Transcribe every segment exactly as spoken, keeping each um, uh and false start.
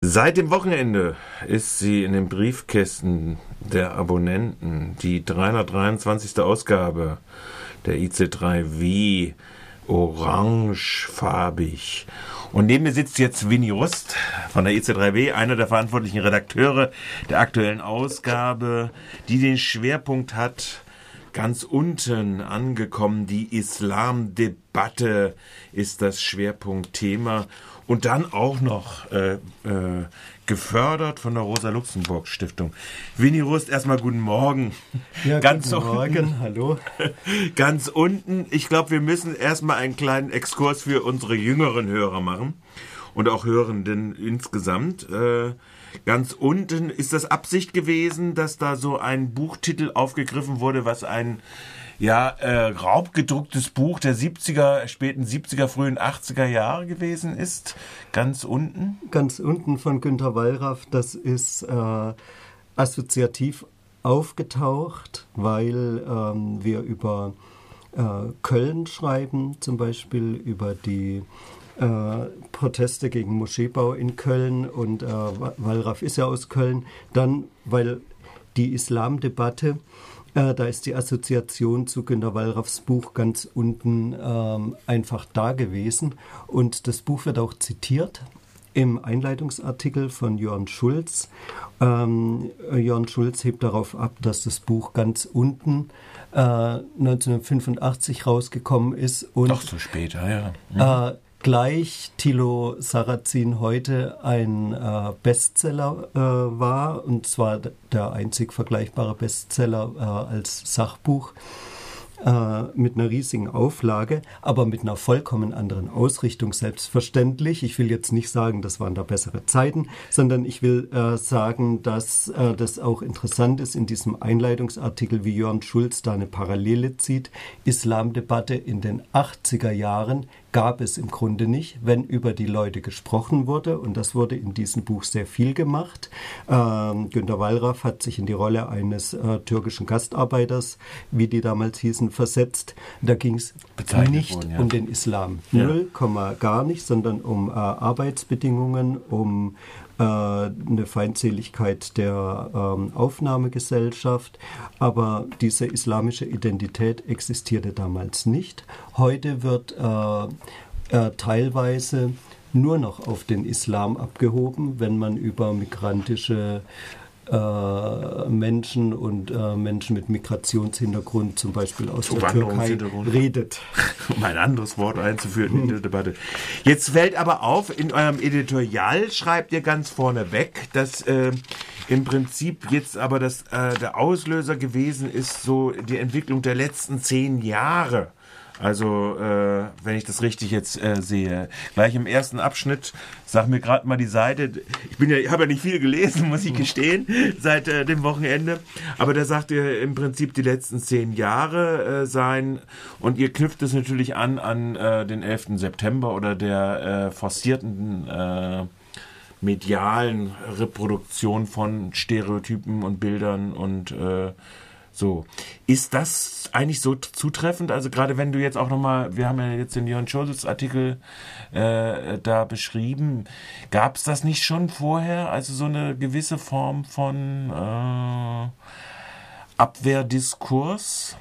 Seit dem Wochenende ist sie in den Briefkästen der Abonnenten, die dreihundertdreiundzwanzigste Ausgabe der I C drei W, orangefarbig. Und neben mir sitzt jetzt Winnie Rust von der I C drei W, einer der verantwortlichen Redakteure der aktuellen Ausgabe, die den Schwerpunkt hat, ganz unten angekommen, die Islamdebatte ist das Schwerpunktthema. Und dann auch noch äh, äh, gefördert von der Rosa-Luxemburg-Stiftung. Winnie Rust, erstmal guten Morgen. Ja, ganz guten Morgen, unten, hallo. Ganz unten, ich glaube, wir müssen erstmal einen kleinen Exkurs für unsere jüngeren Hörer machen und auch Hörenden insgesamt. Äh, ganz unten ist das Absicht gewesen, dass da so ein Buchtitel aufgegriffen wurde, was ein ja, äh, raubgedrucktes Buch der siebziger, späten siebziger, frühen achtziger Jahre gewesen ist. Ganz unten. Ganz unten von Günter Wallraff, das ist äh, assoziativ aufgetaucht, weil ähm, wir über äh, Köln schreiben, zum Beispiel über die äh, Proteste gegen Moscheebau in Köln, und äh, Wallraff ist ja aus Köln. Dann, weil die Islamdebatte, Äh, da ist die Assoziation zu Günter Wallraffs Buch ganz unten ähm, einfach da gewesen. Und das Buch wird auch zitiert im Einleitungsartikel von Jörn Schulz. Ähm, Jörn Schulz hebt darauf ab, dass das Buch ganz unten äh, neunzehnhundertfünfundachtzig rausgekommen ist. Und, Doch so später, ja. Mhm. Äh, gleich Thilo Sarrazin heute ein äh, Bestseller äh, war, und zwar der einzig vergleichbare Bestseller äh, als Sachbuch äh, mit einer riesigen Auflage, aber mit einer vollkommen anderen Ausrichtung, selbstverständlich. Ich will jetzt nicht sagen, das waren da bessere Zeiten, sondern ich will äh, sagen, dass äh, das auch interessant ist in diesem Einleitungsartikel, wie Jörn Schulz da eine Parallele zieht. Islamdebatte in den achtziger Jahren gab es im Grunde nicht, wenn über die Leute gesprochen wurde, und das wurde in diesem Buch sehr viel gemacht. Ähm, Günter Wallraff hat sich in die Rolle eines äh, türkischen Gastarbeiters, wie die damals hießen, versetzt. Da ging es nicht worden, ja. um den Islam, ja. null, gar nicht, sondern um äh, Arbeitsbedingungen, um eine Feindseligkeit der ähm, Aufnahmegesellschaft, aber diese islamische Identität existierte damals nicht. Heute wird äh, äh, teilweise nur noch auf den Islam abgehoben, wenn man über migrantische äh, Menschen und äh, Menschen mit Migrationshintergrund, zum Beispiel aus der Türkei, redet. Um ein anderes Wort einzuführen in der Debatte. Jetzt fällt aber auf, in eurem Editorial schreibt ihr ganz vorne weg, dass äh, im Prinzip jetzt aber das, äh, der Auslöser gewesen ist, so die Entwicklung der letzten zehn Jahre. Also, äh, wenn ich das richtig jetzt äh, sehe. Gleich im ersten Abschnitt, sag mir gerade mal die Seite. Ich bin ja, ich habe ja nicht viel gelesen, muss ich gestehen, seit äh, dem Wochenende. Aber da sagt ihr im Prinzip die letzten zehn Jahre äh, sein. Und ihr knüpft es natürlich an an äh, den elften September oder der äh, forcierten äh, medialen Reproduktion von Stereotypen und Bildern und äh, so. Ist das eigentlich so zutreffend? Also gerade wenn du jetzt auch nochmal, wir haben ja jetzt den Jörn Schulz Artikel äh, da beschrieben, gab es das nicht schon vorher? Also so eine gewisse Form von äh, Abwehrdiskurs?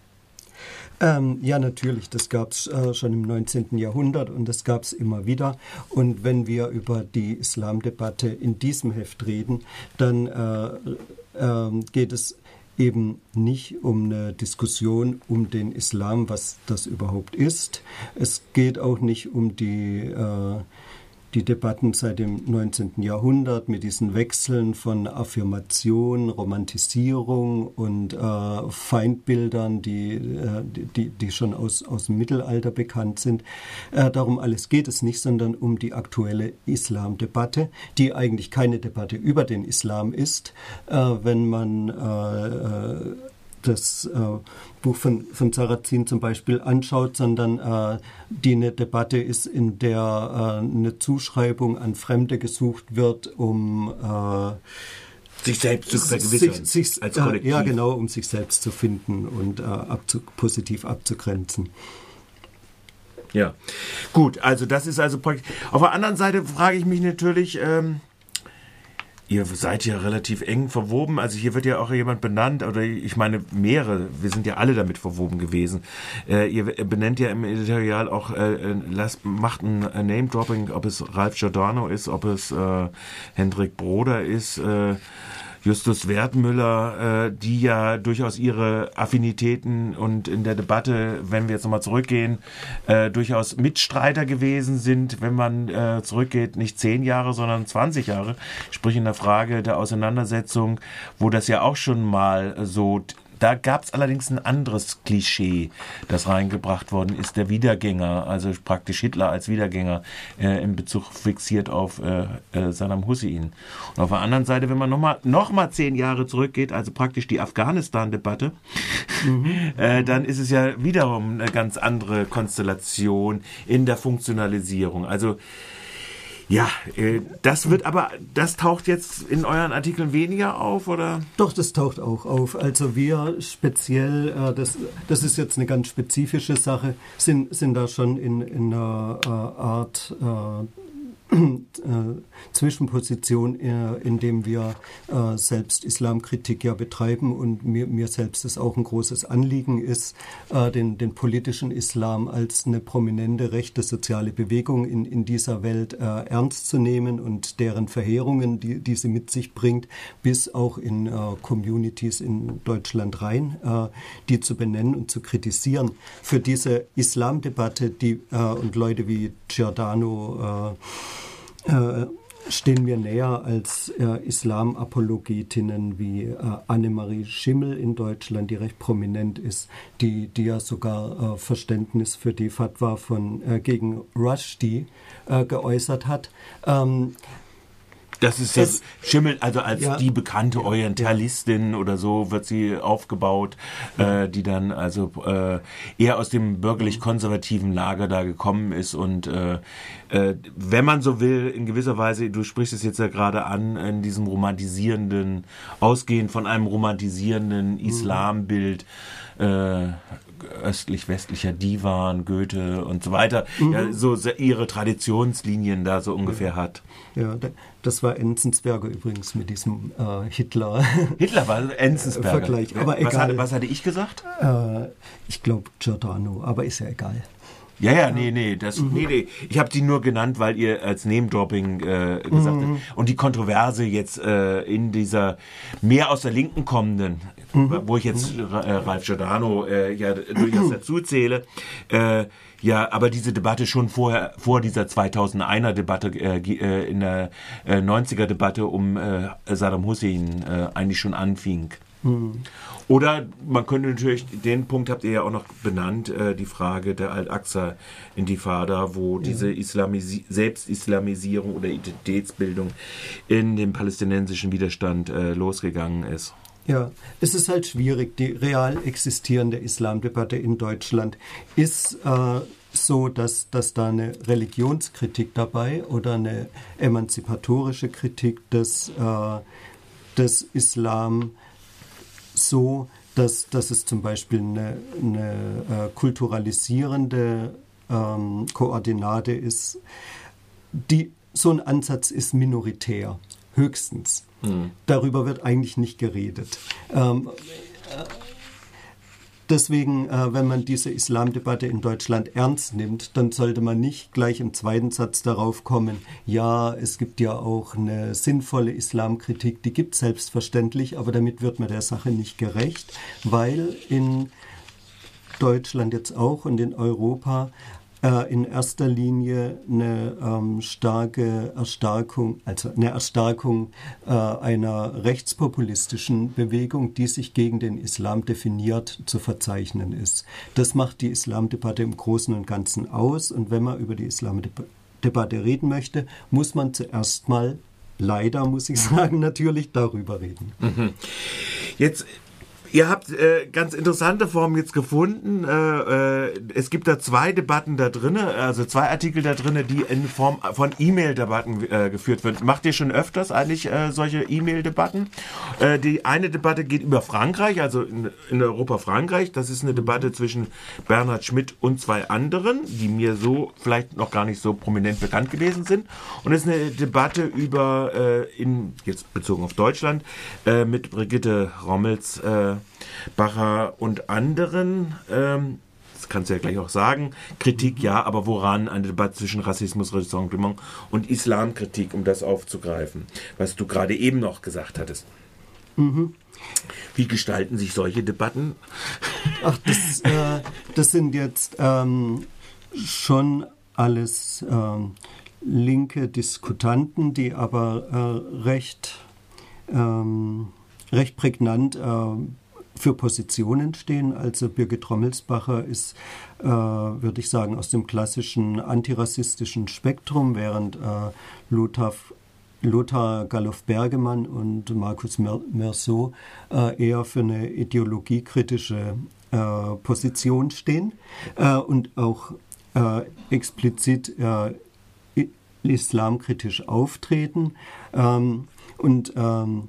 Ähm, ja, natürlich, das gab es äh, schon im neunzehnten Jahrhundert, und das gab es immer wieder. Und wenn wir über die Islamdebatte in diesem Heft reden, dann äh, äh, geht es eben nicht um eine Diskussion um den Islam, was das überhaupt ist. Es geht auch nicht um die, äh, die Debatten seit dem neunzehnten Jahrhundert mit diesen Wechseln von Affirmation, Romantisierung und äh, Feindbildern, die, äh, die, die schon aus, aus dem Mittelalter bekannt sind. Äh, darum alles geht es nicht, sondern um die aktuelle Islamdebatte, die eigentlich keine Debatte über den Islam ist, äh, wenn man äh, das äh, Buch von, von Sarrazin zum Beispiel anschaut, sondern äh, die eine Debatte ist, in der äh, eine Zuschreibung an Fremde gesucht wird, um äh, sich selbst zu vergewissern, sich, sich, als äh, Kollektiv. Ja, genau, um sich selbst zu finden und äh, abzu, positiv abzugrenzen. Ja, gut, also das ist also praktisch. Auf der anderen Seite frage ich mich natürlich, ähm, Ihr seid ja relativ eng verwoben. Also hier wird ja auch jemand benannt, oder ich meine mehrere, wir sind ja alle damit verwoben gewesen. Äh, ihr benennt ja im Editorial auch, äh, lasst, macht ein Name-Dropping, ob es Ralph Giordano ist, ob es äh, Hendrik Broder ist, äh, Justus Wertmüller, äh, die ja durchaus ihre Affinitäten und in der Debatte, wenn wir jetzt nochmal zurückgehen, äh, durchaus Mitstreiter gewesen sind, wenn man äh, zurückgeht, nicht zehn Jahre, sondern zwanzig Jahre, sprich in der Frage der Auseinandersetzung, wo das ja auch schon mal so... Da gab es allerdings ein anderes Klischee, das reingebracht worden ist, der Wiedergänger, also praktisch Hitler als Wiedergänger äh, in Bezug fixiert auf äh, äh, Saddam Hussein. Und auf der anderen Seite, wenn man nochmal noch mal zehn Jahre zurückgeht, also praktisch die Afghanistan-Debatte, mhm. äh, dann ist es ja wiederum eine ganz andere Konstellation in der Funktionalisierung. Also ja, äh, das wird aber, das taucht jetzt in euren Artikeln weniger auf, oder? Doch, das taucht auch auf. Also wir speziell, äh, das, das ist jetzt eine ganz spezifische Sache, sind, sind da schon in, in einer äh, Art äh, äh, Zwischenposition, äh, in dem wir äh, selbst Islamkritik ja betreiben und mir, mir selbst es auch ein großes Anliegen ist, äh, den, den politischen Islam als eine prominente rechte soziale Bewegung in, in dieser Welt äh, ernst zu nehmen und deren Verheerungen, die, die sie mit sich bringt, bis auch in äh, Communities in Deutschland rein, äh, die zu benennen und zu kritisieren. Für diese Islamdebatte, die äh, und Leute wie Giordano äh, äh, stehen mir näher als äh, Islamapologetinnen wie äh, Annemarie Schimmel in Deutschland, die recht prominent ist, die, die ja sogar äh, Verständnis für die Fatwa von, äh, gegen Rushdie äh, geäußert hat. Ähm, Das ist das Schimmel, also als ja, die bekannte Orientalistin oder so wird sie aufgebaut, äh, die dann also äh, eher aus dem bürgerlich-konservativen Lager da gekommen ist und äh, äh, wenn man so will, in gewisser Weise, du sprichst es jetzt ja gerade an, in diesem romantisierenden, ausgehend von einem romantisierenden Islambild, äh, östlich-westlicher Divan, Goethe und so weiter, mhm. ja, so ihre Traditionslinien da so ungefähr hat. Ja, das war Enzensberger übrigens mit diesem äh, Hitler. Hitler war Enzensberger. Vergleich, aber was, egal. Hatte, was hatte ich gesagt? Äh, ich glaube Giordano, aber ist ja egal. Ja, ja, nee, nee, das, mhm. nee, nee. Ich habe die nur genannt, weil ihr als Name-Dropping äh, gesagt mhm. habt. Und die Kontroverse jetzt äh, in dieser mehr aus der Linken kommenden, mhm. wo ich jetzt äh, Ralph Giordano äh, ja durchaus dazu zähle, äh, ja, aber diese Debatte schon vorher, vor dieser zweitausendeiner Debatte, äh, in der äh, neunziger Debatte um äh, Saddam Hussein äh, eigentlich schon anfing. Mhm. Oder man könnte natürlich, den Punkt habt ihr ja auch noch benannt, äh, die Frage der Al-Aqsa-Intifada, wo ja. diese Islamisi- Selbstislamisierung oder Identitätsbildung in dem palästinensischen Widerstand äh, losgegangen ist. Ja, es ist halt schwierig. Die real existierende Islamdebatte in Deutschland ist äh, so, dass, dass da eine Religionskritik dabei oder eine emanzipatorische Kritik des, äh, des Islam so, dass, dass es zum Beispiel eine, eine äh, kulturalisierende ähm, Koordinate ist. Die, so ein Ansatz ist minoritär, höchstens. Hm. Darüber wird eigentlich nicht geredet. Ähm, äh, deswegen, äh, wenn man diese Islamdebatte in Deutschland ernst nimmt, dann sollte man nicht gleich im zweiten Satz darauf kommen, ja, es gibt ja auch eine sinnvolle Islamkritik, die gibt es selbstverständlich, aber damit wird man der Sache nicht gerecht, weil in Deutschland jetzt auch und in Europa äh, in erster Linie eine ähm, starke Erstarkung, also eine Erstarkung äh, einer rechtspopulistischen Bewegung, die sich gegen den Islam definiert, zu verzeichnen ist. Das macht die Islamdebatte im Großen und Ganzen aus. Und wenn man über die Islamdebatte reden möchte, muss man zuerst mal, leider muss ich sagen, natürlich darüber reden. Mhm. Jetzt Ihr habt äh, ganz interessante Formen jetzt gefunden. Äh, äh, es gibt da zwei Debatten da drin, also zwei Artikel da drin, die in Form von E-Mail-Debatten äh, geführt werden. Macht ihr schon öfters eigentlich äh, solche E-Mail-Debatten? Äh, die eine Debatte geht über Frankreich, also in, in Europa Frankreich. Das ist eine Debatte zwischen Bernhard Schmidt und zwei anderen, die mir so vielleicht noch gar nicht so prominent bekannt gewesen sind. Und es ist eine Debatte über, äh, in jetzt bezogen auf Deutschland, äh, mit Brigitte Rommels, äh, Bacher und anderen, ähm, das kannst du ja gleich auch sagen, Kritik ja, aber woran? Eine Debatte zwischen Rassismus, Ressentiment und Islamkritik, um das aufzugreifen, was du gerade eben noch gesagt hattest. Mhm. Wie gestalten sich solche Debatten? Ach, das, äh, das sind jetzt ähm, schon alles ähm, linke Diskutanten, die aber äh, recht, ähm, recht prägnant äh, für Positionen stehen. Also Birgit Rommelsbacher ist, äh, würde ich sagen, aus dem klassischen antirassistischen Spektrum, während äh, Lothar, Lothar Galloff-Bergemann und Markus Meursault äh, eher für eine ideologiekritische äh, Position stehen äh, und auch äh, explizit äh, islamkritisch auftreten. Ähm, und ähm,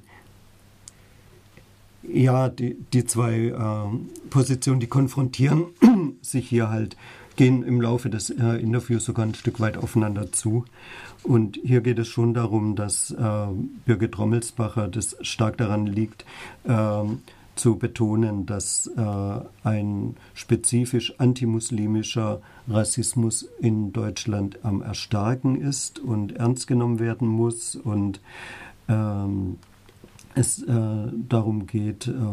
Ja, die, die zwei äh, Positionen, die konfrontieren sich hier halt, gehen im Laufe des äh, Interviews sogar ein Stück weit aufeinander zu. Und hier geht es schon darum, dass äh, Birgit Rommelsbacher das stark daran liegt, äh, zu betonen, dass äh, ein spezifisch antimuslimischer Rassismus in Deutschland am Erstarken ist und ernst genommen werden muss und ähm, es äh, darum geht, äh,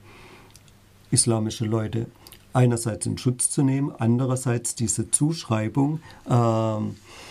islamische Leute einerseits in Schutz zu nehmen, andererseits diese Zuschreibung, äh,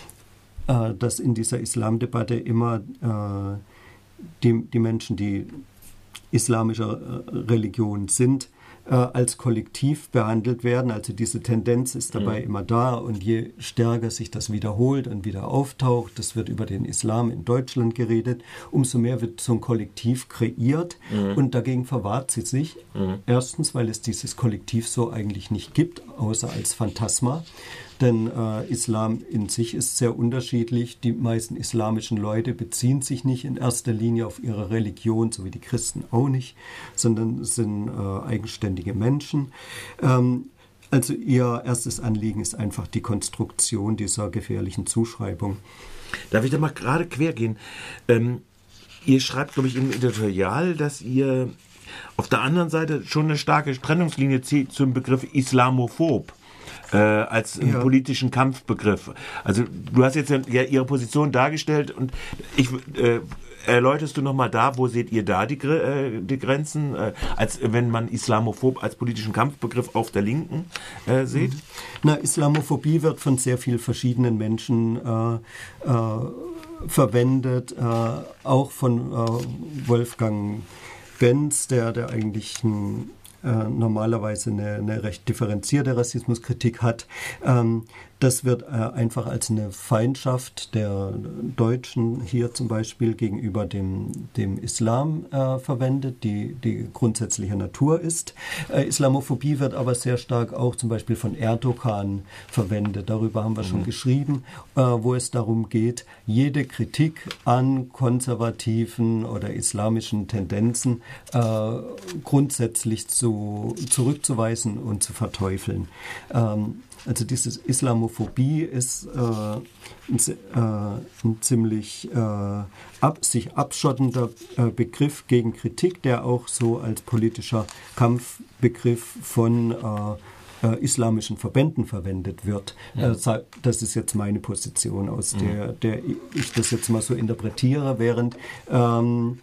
äh, dass in dieser Islamdebatte immer äh, die, die Menschen, die islamischer Religion sind, äh, als Kollektiv behandelt werden. Also diese Tendenz ist dabei mhm. immer da und je stärker sich das wiederholt und wieder auftaucht, das wird über den Islam in Deutschland geredet, umso mehr wird so ein Kollektiv kreiert mhm. und dagegen verwahrt sie sich. Mhm. Erstens, weil es dieses Kollektiv so eigentlich nicht gibt, außer als Phantasma. Denn äh, Islam in sich ist sehr unterschiedlich. Die meisten islamischen Leute beziehen sich nicht in erster Linie auf ihre Religion, so wie die Christen auch nicht, sondern sind äh, eigenständige Menschen. Ähm, also ihr erstes Anliegen ist einfach die Konstruktion dieser gefährlichen Zuschreibung. Darf ich da mal gerade quer gehen? Ähm, ihr schreibt, glaube ich, im Editorial, dass ihr auf der anderen Seite schon eine starke Trennungslinie zieht zum Begriff Islamophob. Äh, als einen ja. politischen Kampfbegriff. Also du hast jetzt ja ihre Position dargestellt und ich äh, erläuterst du nochmal da, wo seht ihr da die, äh, die Grenzen, äh, als wenn man Islamophob als politischen Kampfbegriff auf der Linken äh, sieht? Na, Islamophobie wird von sehr vielen verschiedenen Menschen äh, äh, verwendet, äh, auch von äh, Wolfgang Benz, der, der eigentlich ein Äh, normalerweise eine, eine recht differenzierte Rassismuskritik hat. Ähm, das wird äh, einfach als eine Feindschaft der Deutschen hier zum Beispiel gegenüber dem, dem Islam äh, verwendet, die, die grundsätzlicher Natur ist. Äh, Islamophobie wird aber sehr stark auch zum Beispiel von Erdogan verwendet. Darüber haben wir mhm. schon geschrieben, äh, wo es darum geht, jede Kritik an konservativen oder islamischen Tendenzen äh, grundsätzlich zu, zurückzuweisen und zu verteufeln. Ähm, Also diese Islamophobie ist äh, ein, äh, ein ziemlich äh, ab, sich abschottender äh, Begriff gegen Kritik, der auch so als politischer Kampfbegriff von äh, äh, islamischen Verbänden verwendet wird. Ja. Äh, das ist jetzt meine Position, aus mhm. der, der ich das jetzt mal so interpretiere, während ähm,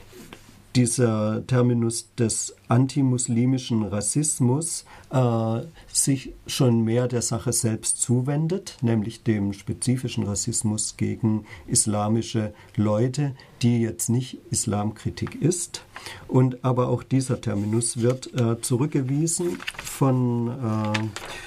dieser Terminus des antimuslimischen Rassismus äh, sich schon mehr der Sache selbst zuwendet, nämlich dem spezifischen Rassismus gegen islamische Leute, die jetzt nicht Islamkritik ist. Und aber auch dieser Terminus wird äh, zurückgewiesen von äh,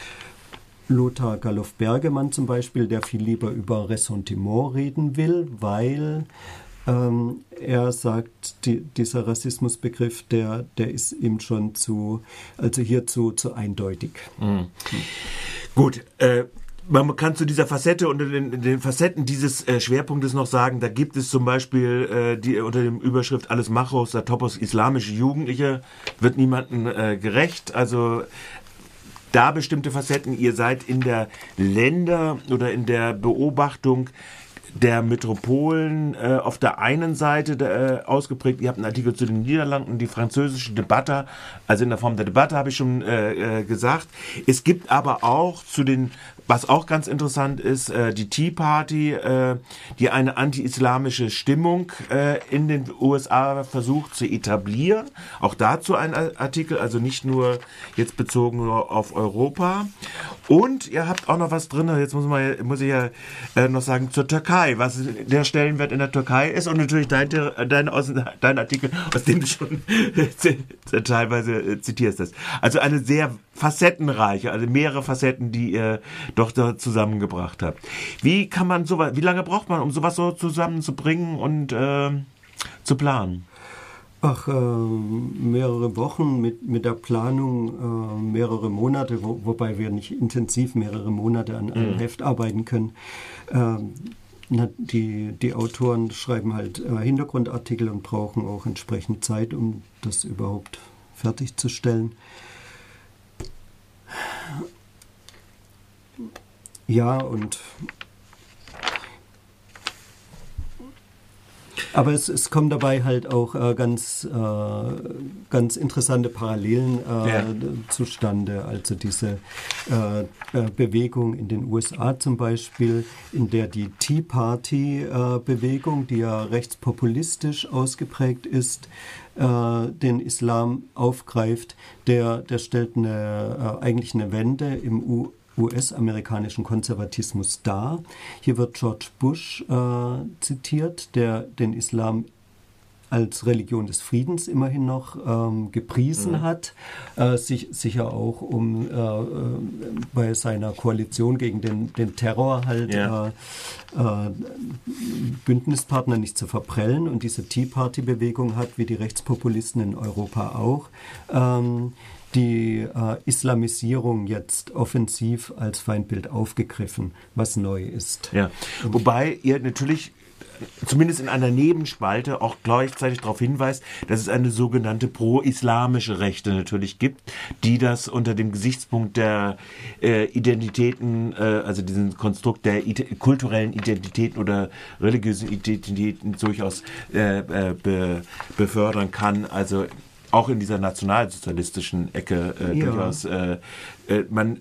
Lothar Galloff-Bergemann zum Beispiel, der viel lieber über Ressentiment reden will, weil ähm, er sagt, die, dieser Rassismusbegriff, der, der ist ihm schon zu, also hierzu zu eindeutig. Mhm. Mhm. Gut, äh, man kann zu dieser Facette, unter den, den Facetten dieses äh, Schwerpunktes noch sagen, da gibt es zum Beispiel äh, die unter dem Überschrift Alles Machos, der Topos islamische Jugendliche, wird niemandem äh, gerecht, also da bestimmte Facetten, ihr seid in der Länder- oder in der Beobachtung der Metropolen äh, auf der einen Seite äh, ausgeprägt. Ihr habt einen Artikel zu den Niederlanden, die französische Debatte, also in der Form der Debatte habe ich schon äh, äh, gesagt. Es gibt aber auch zu den, was auch ganz interessant ist, äh, die Tea Party, äh, die eine anti-islamische Stimmung äh, in den U S A versucht zu etablieren. Auch dazu ein Artikel, also nicht nur jetzt bezogen nur auf Europa. Und ihr habt auch noch was drin, jetzt muss, man, muss ich ja äh, noch sagen, zur Türkei, was der Stellenwert in der Türkei ist und natürlich dein, dein, dein Artikel, aus dem du schon teilweise zitierst. Das. Also eine sehr facettenreiche, also mehrere Facetten, die ihr doch da zusammengebracht habt. Wie kann man sowas, wie lange braucht man, um sowas so zusammenzubringen und äh, zu planen? Ach, äh, mehrere Wochen mit, mit der Planung, äh, mehrere Monate, wo, wobei wir nicht intensiv mehrere Monate an einem mhm. Heft arbeiten können. Äh, na, die, die Autoren schreiben halt äh, Hintergrundartikel und brauchen auch entsprechend Zeit, um das überhaupt fertigzustellen. Ja, und aber es, es kommen dabei halt auch äh, ganz, äh, ganz interessante Parallelen äh, ja. zustande. Also diese äh, äh, Bewegung in den U S A zum Beispiel, in der die Tea Party äh, Bewegung, die ja rechtspopulistisch ausgeprägt ist, äh, den Islam aufgreift, der, der stellt eine, äh, eigentlich eine Wende im U U S-amerikanischen Konservatismus dar. Hier wird George Bush äh, zitiert, der den Islam als Religion des Friedens immerhin noch ähm, gepriesen mhm. hat, äh, sich sicher auch um äh, bei seiner Koalition gegen den, den Terror halt ja. äh, äh, Bündnispartner nicht zu verprellen. Und diese Tea Party-Bewegung hat, wie die Rechtspopulisten in Europa auch, ähm, die äh, Islamisierung jetzt offensiv als Feindbild aufgegriffen, was neu ist. Ja. Wobei ihr natürlich zumindest in einer Nebenspalte auch gleichzeitig darauf hinweist, dass es eine sogenannte pro-islamische Rechte natürlich gibt, die das unter dem Gesichtspunkt der äh, Identitäten, äh, also diesen Konstrukt der ide- kulturellen Identitäten oder religiösen Identitäten durchaus äh, äh, be- befördern kann. Also auch in dieser nationalsozialistischen Ecke äh, ja. durchaus äh, äh, man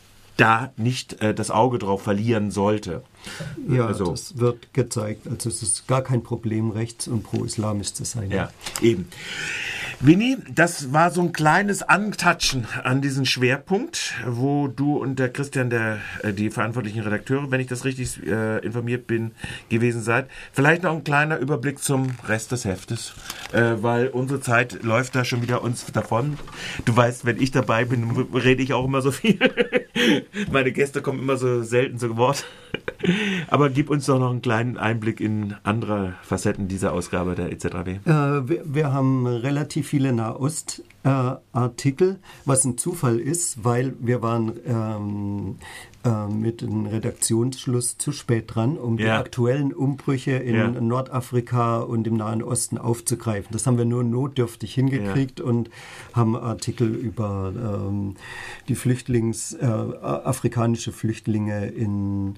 da nicht äh, das Auge drauf verlieren sollte. Ja, also, das wird gezeigt. Also es ist gar kein Problem, rechts- und pro-islamisch zu sein. Ja, eben. Winnie, das war so ein kleines Antatschen an diesen Schwerpunkt, wo du und der Christian, der, die verantwortlichen Redakteure, wenn ich das richtig äh, informiert bin, gewesen seid. Vielleicht noch ein kleiner Überblick zum Rest des Heftes, äh, weil unsere Zeit läuft da schon wieder uns davon. Du weißt, wenn ich dabei bin, rede ich auch immer so viel. Meine Gäste kommen immer so selten zu Wort. Aber gib uns doch noch einen kleinen Einblick in andere Facetten dieser Ausgabe der E Z A W. Äh, wir, wir haben relativ viele Nahost-Artikel, äh, was ein Zufall ist, weil wir waren ähm, äh, mit dem Redaktionsschluss zu spät dran, um ja. die aktuellen Umbrüche in ja. Nordafrika und im Nahen Osten aufzugreifen. Das haben wir nur notdürftig hingekriegt ja. und haben Artikel über ähm, die Flüchtlings, äh, afrikanische Flüchtlinge in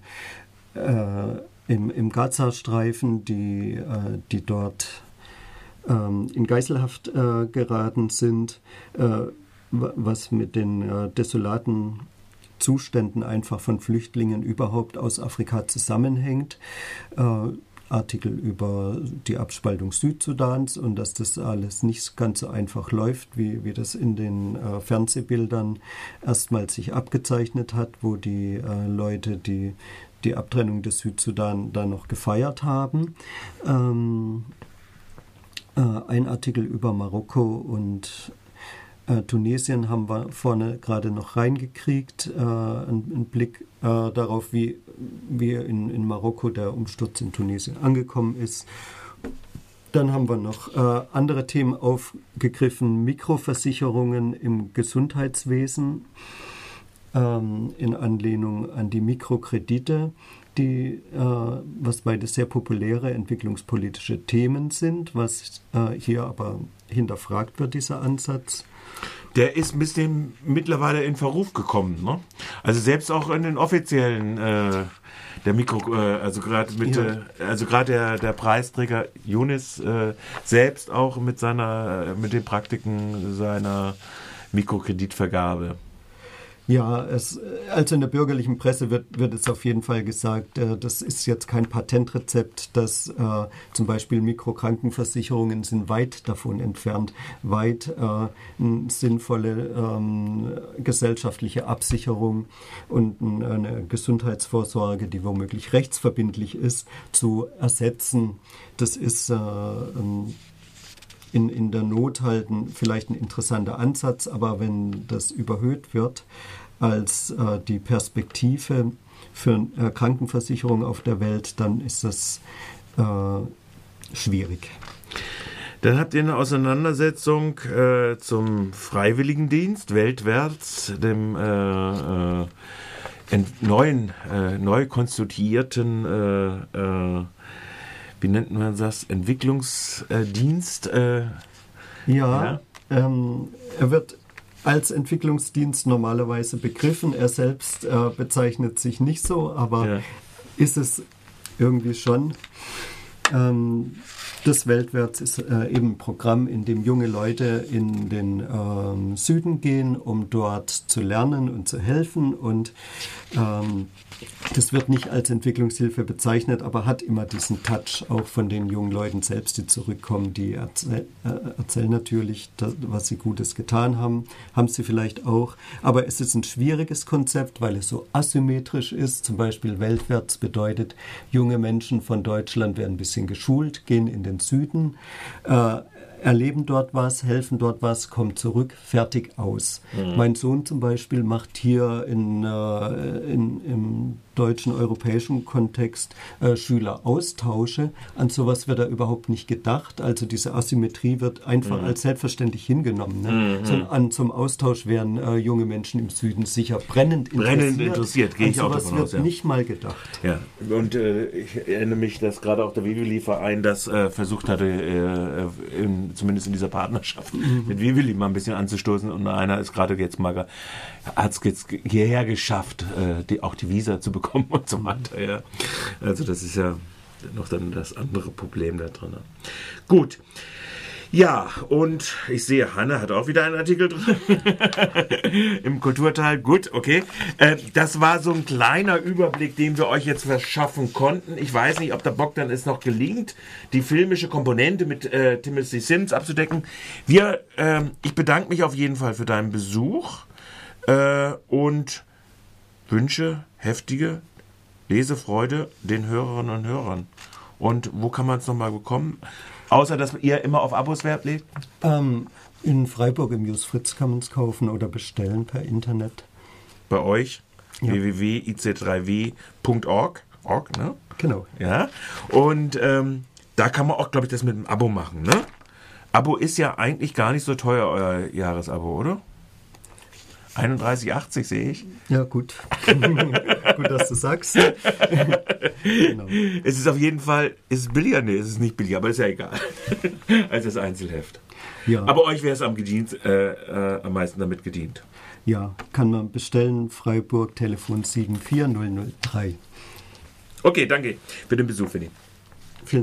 Äh, im, im Gazastreifen, die, äh, die dort ähm, in Geiselhaft äh, geraten sind, äh, was mit den äh, desolaten Zuständen einfach von Flüchtlingen überhaupt aus Afrika zusammenhängt. Äh, Artikel über die Abspaltung Südsudans und dass das alles nicht ganz so einfach läuft, wie, wie das in den äh, Fernsehbildern erstmals sich abgezeichnet hat, wo die äh, Leute, die die Abtrennung des Südsudan da noch gefeiert haben. Ähm, äh, ein Artikel über Marokko und äh, Tunesien haben wir vorne gerade noch reingekriegt. Äh, ein, ein Blick äh, darauf, wie, wie in, in Marokko der Umsturz in Tunesien angekommen ist. Dann haben wir noch äh, andere Themen aufgegriffen, Mikroversicherungen im Gesundheitswesen, ähm, in Anlehnung an die Mikrokredite, die, äh, was beide sehr populäre entwicklungspolitische Themen sind, was äh, hier aber hinterfragt wird, dieser Ansatz. Der ist ein bisschen mittlerweile in Verruf gekommen, ne? Also selbst auch in den offiziellen äh, der Mikro, äh, also gerade mit, Ja. äh, also gerade der, der Preisträger Yunus äh, selbst auch mit seiner, mit den Praktiken seiner Mikrokreditvergabe. Ja, es, also in der bürgerlichen Presse wird, wird es auf jeden Fall gesagt, äh, das ist jetzt kein Patentrezept, dass äh, zum Beispiel Mikrokrankenversicherungen sind weit davon entfernt, weit äh, eine sinnvolle ähm, gesellschaftliche Absicherung und eine Gesundheitsvorsorge, die womöglich rechtsverbindlich ist, zu ersetzen. Das ist äh, ein In, in der Not halt ein, vielleicht ein interessanter Ansatz, aber wenn das überhöht wird als äh, die Perspektive für äh, Krankenversicherung auf der Welt, dann ist das äh, schwierig. Dann habt ihr eine Auseinandersetzung äh, zum Freiwilligendienst weltwärts, dem äh, äh, ent, neuen, äh, neu konstituierten äh, äh, wie nennt man das, Entwicklungsdienst? Äh, ja, ja. Ähm, er wird als Entwicklungsdienst normalerweise begriffen. Er selbst äh, bezeichnet sich nicht so, aber ja. ist es irgendwie schon. Ähm, das Weltwärts ist äh, eben ein Programm, in dem junge Leute in den ähm, Süden gehen, um dort zu lernen und zu helfen. Und ähm, das wird nicht als Entwicklungshilfe bezeichnet, aber hat immer diesen Touch auch von den jungen Leuten selbst, die zurückkommen. Die erzähl, äh, erzählen natürlich, das, was sie Gutes getan haben, haben sie vielleicht auch. Aber es ist ein schwieriges Konzept, weil es so asymmetrisch ist. Zum Beispiel weltwärts bedeutet, junge Menschen von Deutschland werden ein bisschen geschult, gehen in den Süden, äh, erleben dort was, helfen dort was, kommen zurück, fertig, aus. Mhm. Mein Sohn zum Beispiel macht hier in, äh, in, im deutschen, europäischen Kontext äh, Schüleraustausche. An sowas wird er überhaupt nicht gedacht. Also diese Asymmetrie wird einfach mhm. als selbstverständlich hingenommen. Ne? Mhm. So, an zum Austausch wären äh, junge Menschen im Süden sicher brennend interessiert. Brennend interessiert, gehe ich auch davon aus. Sowas wird ja. nicht mal gedacht. Ja, und äh, ich erinnere mich, dass gerade auch der Vivili-Verein das äh, versucht hatte, äh, in, zumindest in dieser Partnerschaft mhm. mit Vivili mal ein bisschen anzustoßen. Und einer ist gerade jetzt mal, hat es jetzt hierher geschafft, äh, die, auch die Visa zu bekommen und so weiter. Ja. Also das ist ja noch dann das andere Problem da drin. Gut. Ja, und ich sehe, Hanne hat auch wieder einen Artikel drin im Kulturteil. Gut, okay. Äh, das war so ein kleiner Überblick, den wir euch jetzt verschaffen konnten. Ich weiß nicht, ob der Bogdan es noch gelingt, die filmische Komponente mit äh, Timothy Sims abzudecken. Wir, äh, ich bedanke mich auf jeden Fall für deinen Besuch äh, und wünsche heftige Lesefreude den Hörerinnen und Hörern. Und wo kann man es nochmal bekommen? Außer, dass ihr immer auf Abos Wert legt? Ähm, in Freiburg im Jus Fritz kann man es kaufen oder bestellen per Internet. Bei euch? Ja. w w w punkt i c drei w punkt org. Org, ne? Genau. Ja. Und ähm, da kann man auch, glaube ich, das mit dem Abo machen, ne? Abo ist ja eigentlich gar nicht so teuer, euer Jahresabo, oder? einunddreißig achtzig sehe ich. Ja, gut. Gut, dass du sagst. Genau. Es ist auf jeden Fall, ist es billiger? Nee, es ist nicht billiger, aber ist ja egal. Als das Einzelheft. Ja. Aber euch wäre es am, gedient, äh, äh, am meisten damit gedient. Ja, kann man bestellen. Freiburg, Telefon sieben vier null null drei. Okay, danke für den Besuch, Vinny.